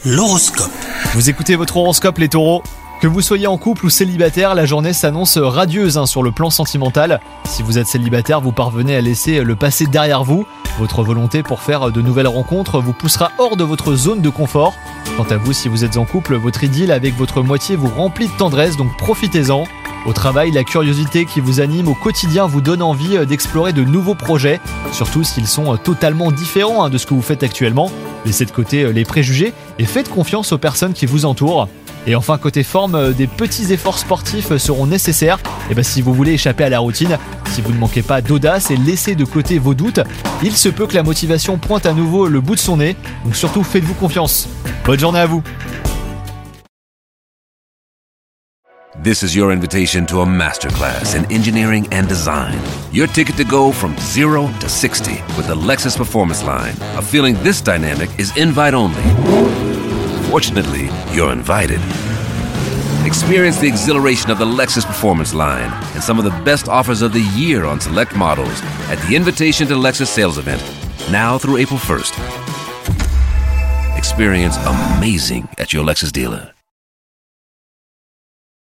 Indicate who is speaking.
Speaker 1: L'horoscope.
Speaker 2: Vous écoutez votre horoscope les taureaux. Que vous soyez en couple ou célibataire, la journée s'annonce radieuse sur le plan sentimental. Si vous êtes célibataire, vous parvenez à laisser le passé derrière vous. Votre volonté pour faire de nouvelles rencontres vous poussera hors de votre zone de confort. Quant à vous, si vous êtes en couple, votre idylle avec votre moitié vous remplit de tendresse, donc profitez-en. Au travail, la curiosité qui vous anime au quotidien vous donne envie d'explorer de nouveaux projets, surtout s'ils sont totalement différents de ce que vous faites actuellement. Laissez de côté les préjugés et faites confiance aux personnes qui vous entourent. Et enfin, côté forme, des petits efforts sportifs seront nécessaires. Et si vous voulez échapper à la routine, si vous ne manquez pas d'audace et laissez de côté vos doutes, il se peut que la motivation pointe à nouveau le bout de son nez. Donc surtout, faites-vous confiance. Bonne journée à vous.
Speaker 3: This is your invitation to a masterclass in engineering and design. Your ticket to go from 0 to 60 with the Lexus Performance Line. A feeling this dynamic is invite only. Fortunately, you're invited. Experience the exhilaration of the Lexus Performance Line and some of the best offers of the year on select models at the Invitation to Lexus sales event, now through April 1st. Experience amazing at your Lexus dealer.